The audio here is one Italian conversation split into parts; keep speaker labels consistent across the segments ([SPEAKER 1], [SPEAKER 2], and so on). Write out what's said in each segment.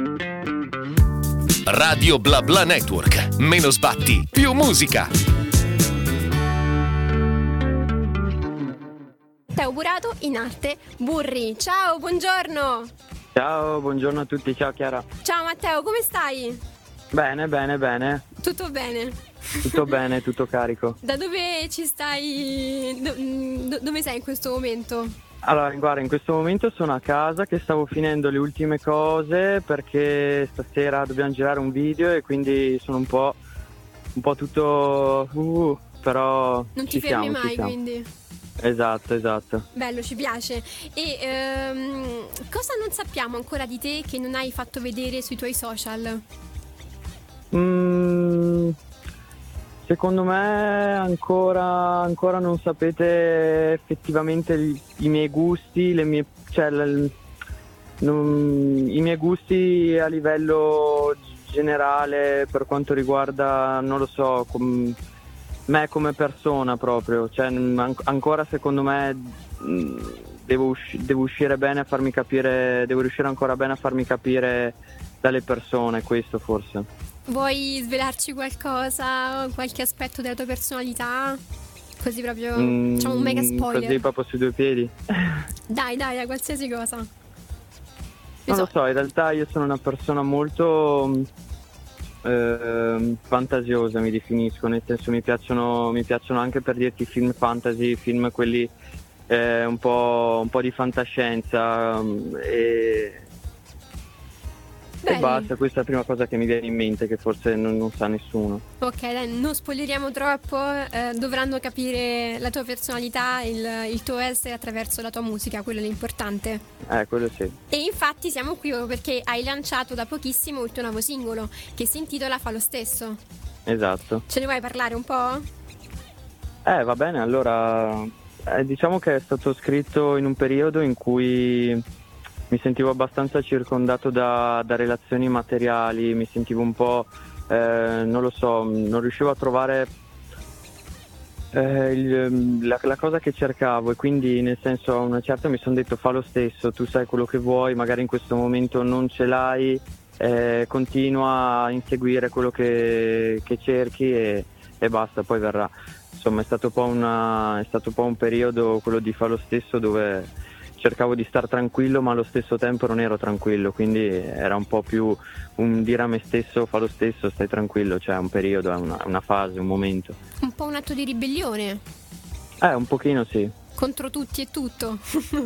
[SPEAKER 1] Radio Bla Bla Network. Meno sbatti, più musica.
[SPEAKER 2] Matteo Burato, in arte Burri. Ciao, buongiorno.
[SPEAKER 3] Ciao, buongiorno a tutti, ciao Chiara.
[SPEAKER 2] Ciao Matteo, come stai?
[SPEAKER 3] Bene.
[SPEAKER 2] Tutto bene?
[SPEAKER 3] Tutto bene, tutto carico.
[SPEAKER 2] Da dove ci stai? Dove sei in questo momento?
[SPEAKER 3] Allora, guarda, in questo momento sono a casa che stavo finendo le ultime cose perché stasera dobbiamo girare un video e quindi sono un po' tutto però
[SPEAKER 2] non ti fermi mai, quindi.
[SPEAKER 3] Esatto.
[SPEAKER 2] Bello, ci piace. E cosa non sappiamo ancora di te che non hai fatto vedere sui tuoi social?
[SPEAKER 3] Secondo me ancora non sapete effettivamente i miei gusti, i miei gusti a livello generale per quanto riguarda, non lo so, me come persona proprio, cioè ancora secondo me devo uscire bene a farmi capire, devo riuscire ancora bene a farmi capire dalle persone, questo forse.
[SPEAKER 2] Vuoi svelarci qualcosa, qualche aspetto della tua personalità? Così proprio, diciamo un mega spoiler.
[SPEAKER 3] Così proprio sui due piedi?
[SPEAKER 2] Dai, qualsiasi cosa.
[SPEAKER 3] Non lo so, in realtà io sono una persona molto fantasiosa, mi definisco, nel senso mi piacciono anche, per dirti, film fantasy, film quelli un po' di fantascienza e basta, questa è la prima cosa che mi viene in mente, che forse non sa nessuno.
[SPEAKER 2] Ok, dai, non spoileriamo troppo, dovranno capire la tua personalità, il tuo essere attraverso la tua musica, quello è l'importante.
[SPEAKER 3] Quello sì.
[SPEAKER 2] E infatti siamo qui perché hai lanciato da pochissimo il tuo nuovo singolo, che si intitola Fa lo stesso.
[SPEAKER 3] Esatto.
[SPEAKER 2] Ce ne vuoi parlare un po'?
[SPEAKER 3] Va bene, allora diciamo che è stato scritto in un periodo in cui mi sentivo abbastanza circondato da relazioni materiali, mi sentivo un po', non lo so, non riuscivo a trovare la cosa che cercavo, e quindi nel senso a una certa mi sono detto: fa lo stesso, tu sai quello che vuoi, magari in questo momento non ce l'hai, continua a inseguire quello che cerchi e basta, poi verrà. Insomma è stato un periodo, quello di Fa lo stesso, dove cercavo di star tranquillo ma allo stesso tempo non ero tranquillo, quindi era un po' più un dire a me stesso: fa lo stesso, stai tranquillo, cioè è un periodo, è una fase, un momento.
[SPEAKER 2] Un po' un atto di ribellione?
[SPEAKER 3] Un pochino sì.
[SPEAKER 2] Contro tutti e tutto?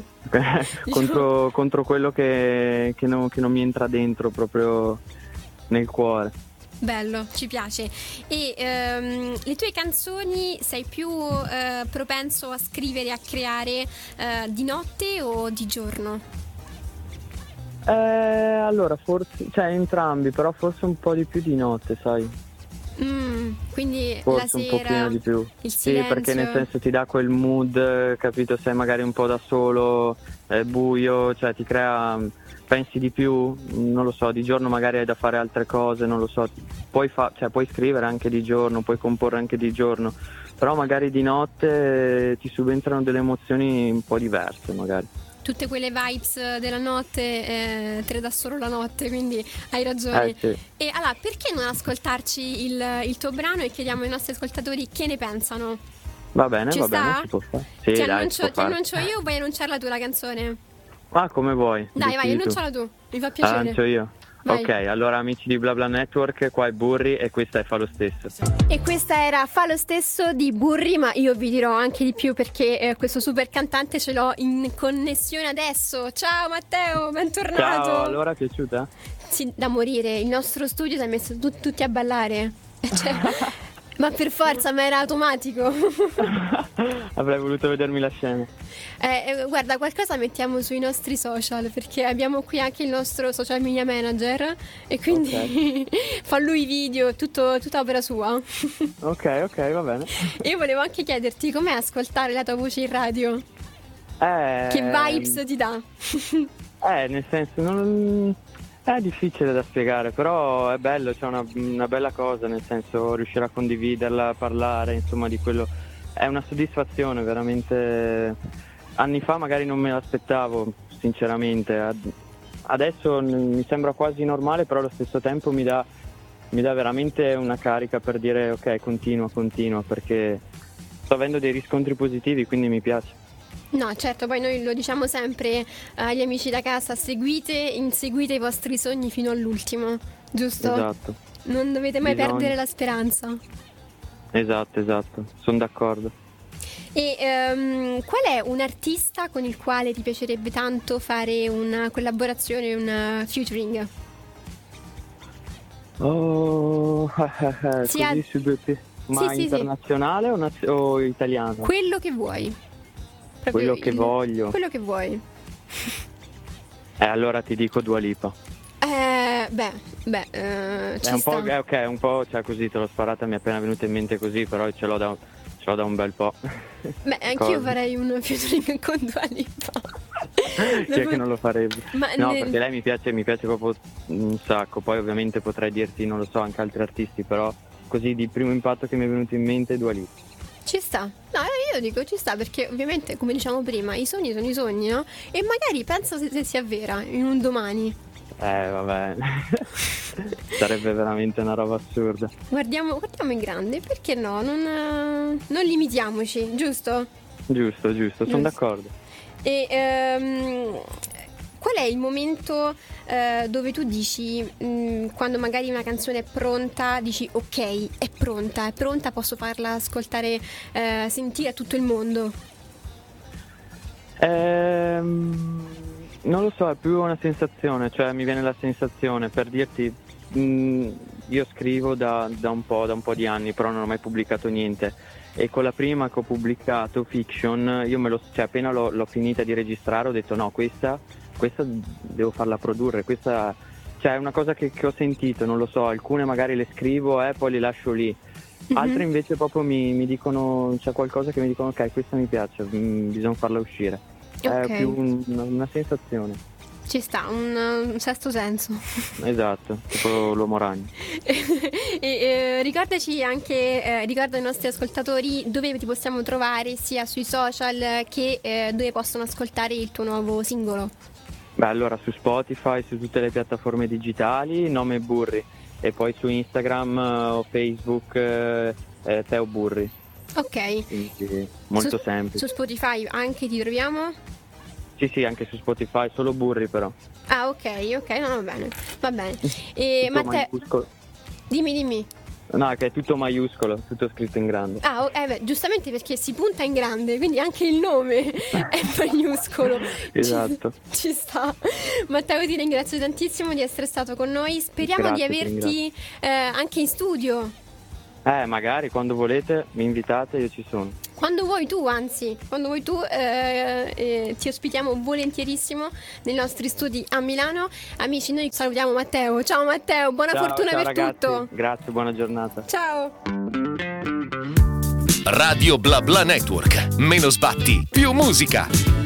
[SPEAKER 3] contro quello che non mi entra dentro proprio nel cuore.
[SPEAKER 2] Bello, ci piace. E le tue canzoni sei più propenso a scrivere, a creare di notte o di giorno?
[SPEAKER 3] Allora forse, cioè entrambi, però forse un po' di più di notte, sai.
[SPEAKER 2] Quindi
[SPEAKER 3] forse
[SPEAKER 2] la sera,
[SPEAKER 3] un pochino di più.
[SPEAKER 2] il silenzio.
[SPEAKER 3] Sì, perché nel senso ti dà quel mood, capito? Sei magari un po' da solo, è buio, cioè ti crea, pensi di più, non lo so, di giorno magari hai da fare altre cose, non lo so, puoi scrivere anche di giorno, puoi comporre anche di giorno, però magari di notte ti subentrano delle emozioni un po' diverse magari.
[SPEAKER 2] Tutte quelle vibes della notte te le dà solo la notte, quindi hai ragione.
[SPEAKER 3] Sì.
[SPEAKER 2] E allora, perché non ascoltarci il tuo brano e chiediamo ai nostri ascoltatori che ne pensano?
[SPEAKER 3] Va bene,
[SPEAKER 2] ci
[SPEAKER 3] può fare. Sì,
[SPEAKER 2] ti
[SPEAKER 3] dai,
[SPEAKER 2] annuncio io o vuoi annunciarla tu la canzone?
[SPEAKER 3] Come vuoi.
[SPEAKER 2] Dai, vai, annunciala tu, mi fa piacere.
[SPEAKER 3] Annuncio io.
[SPEAKER 2] Vai.
[SPEAKER 3] Ok, allora amici di Bla Bla Network, qua è Burri e questa è Fa lo stesso.
[SPEAKER 2] E questa era Fa lo stesso di Burri, ma io vi dirò anche di più perché questo super cantante ce l'ho in connessione adesso. Ciao Matteo, bentornato.
[SPEAKER 3] Ciao, allora è piaciuta?
[SPEAKER 2] Sì, da morire, il nostro studio si è messo tutti a ballare. Cioè, ma per forza, ma era automatico.
[SPEAKER 3] Avrei voluto vedermi la scena.
[SPEAKER 2] Guarda, qualcosa mettiamo sui nostri social, perché abbiamo qui anche il nostro social media manager e quindi fa lui video, tutta opera sua.
[SPEAKER 3] Ok, va bene.
[SPEAKER 2] Io volevo anche chiederti com'è ascoltare la tua voce in radio. Che vibes ti dà?
[SPEAKER 3] Nel senso non è difficile da spiegare, però è bello, c'è una bella cosa, nel senso riuscire a condividerla, a parlare, insomma, di quello è una soddisfazione veramente. Anni fa magari non me l'aspettavo, sinceramente, adesso mi sembra quasi normale, però allo stesso tempo mi dà veramente una carica per dire ok, continua, perché sto avendo dei riscontri positivi, quindi mi piace.
[SPEAKER 2] No, certo, poi noi lo diciamo sempre agli amici da casa, inseguite i vostri sogni fino all'ultimo, giusto?
[SPEAKER 3] Esatto.
[SPEAKER 2] Non dovete mai perdere la speranza.
[SPEAKER 3] Esatto, sono d'accordo.
[SPEAKER 2] E qual è un artista con il quale ti piacerebbe tanto fare una collaborazione, un featuring?
[SPEAKER 3] Così su due ma
[SPEAKER 2] sì,
[SPEAKER 3] internazionale o italiano?
[SPEAKER 2] Quello che vuoi.
[SPEAKER 3] Quello che voglio.
[SPEAKER 2] Quello che vuoi.
[SPEAKER 3] Allora ti dico Dua Lipa.
[SPEAKER 2] Ci
[SPEAKER 3] un
[SPEAKER 2] sta.
[SPEAKER 3] po', ok, un po', cioè così te l'ho sparata, mi è appena venuta in mente così, però ce l'ho da un bel po'.
[SPEAKER 2] Beh, anch'io farei un featuring con Dua Lipa.
[SPEAKER 3] Chi è che non lo farebbe? Perché lei mi piace proprio un sacco. Poi ovviamente potrei dirti, non lo so, anche altri artisti, però così di primo impatto che mi è venuto in mente è Dua Lipa.
[SPEAKER 2] Ci sta, no, io dico ci sta perché ovviamente, come diciamo prima, i sogni sono i sogni, no? E magari pensa se si avvera in un domani.
[SPEAKER 3] Vabbè, sarebbe veramente una roba assurda.
[SPEAKER 2] Guardiamo in grande, perché no? Non limitiamoci, giusto?
[SPEAKER 3] Giusto, sono d'accordo.
[SPEAKER 2] E qual è il momento dove tu dici, quando magari una canzone è pronta, dici ok, è pronta, posso farla ascoltare, sentire a tutto il mondo?
[SPEAKER 3] Non lo so, è più una sensazione, cioè mi viene la sensazione, per dirti, io scrivo da un po' di anni, però non ho mai pubblicato niente, e con la prima che ho pubblicato, Fiction, io appena l'ho finita di registrare ho detto no, questa devo farla produrre, questa, cioè è una cosa che ho sentito, non lo so, alcune magari le scrivo e poi le lascio lì, altre invece proprio mi dicono, c'è qualcosa che mi dicono ok, questa mi piace, bisogna farla uscire.
[SPEAKER 2] Okay.
[SPEAKER 3] È più una sensazione.
[SPEAKER 2] Ci sta, un sesto senso.
[SPEAKER 3] Esatto, tipo l'uomo ragno.
[SPEAKER 2] E ricordaci anche, ricorda ai nostri ascoltatori dove ti possiamo trovare sia sui social che dove possono ascoltare il tuo nuovo singolo.
[SPEAKER 3] Beh, allora su Spotify, su tutte le piattaforme digitali, nome Burri, e poi su Instagram o Facebook Teo Burri.
[SPEAKER 2] Ok.
[SPEAKER 3] Quindi, molto semplice.
[SPEAKER 2] Su Spotify anche ti troviamo?
[SPEAKER 3] Sì, anche su Spotify, solo Burri però.
[SPEAKER 2] Ah, ok, no, va bene. E Matteo, dimmi.
[SPEAKER 3] No, che è tutto maiuscolo, tutto scritto in grande.
[SPEAKER 2] Ah, giustamente perché si punta in grande, quindi anche il nome è maiuscolo.
[SPEAKER 3] Esatto.
[SPEAKER 2] Ci sta. Matteo, ti ringrazio tantissimo di essere stato con noi. Speriamo di averti anche in studio.
[SPEAKER 3] Magari quando volete mi invitate, io ci sono.
[SPEAKER 2] Quando vuoi tu ti ospitiamo volentierissimo nei nostri studi a Milano. Amici, noi salutiamo Matteo. Ciao Matteo, buona fortuna per
[SPEAKER 3] ragazzi.
[SPEAKER 2] tutto.
[SPEAKER 3] Grazie, buona giornata.
[SPEAKER 2] Ciao.
[SPEAKER 1] Radio Bla Bla Network. Meno sbatti, più musica.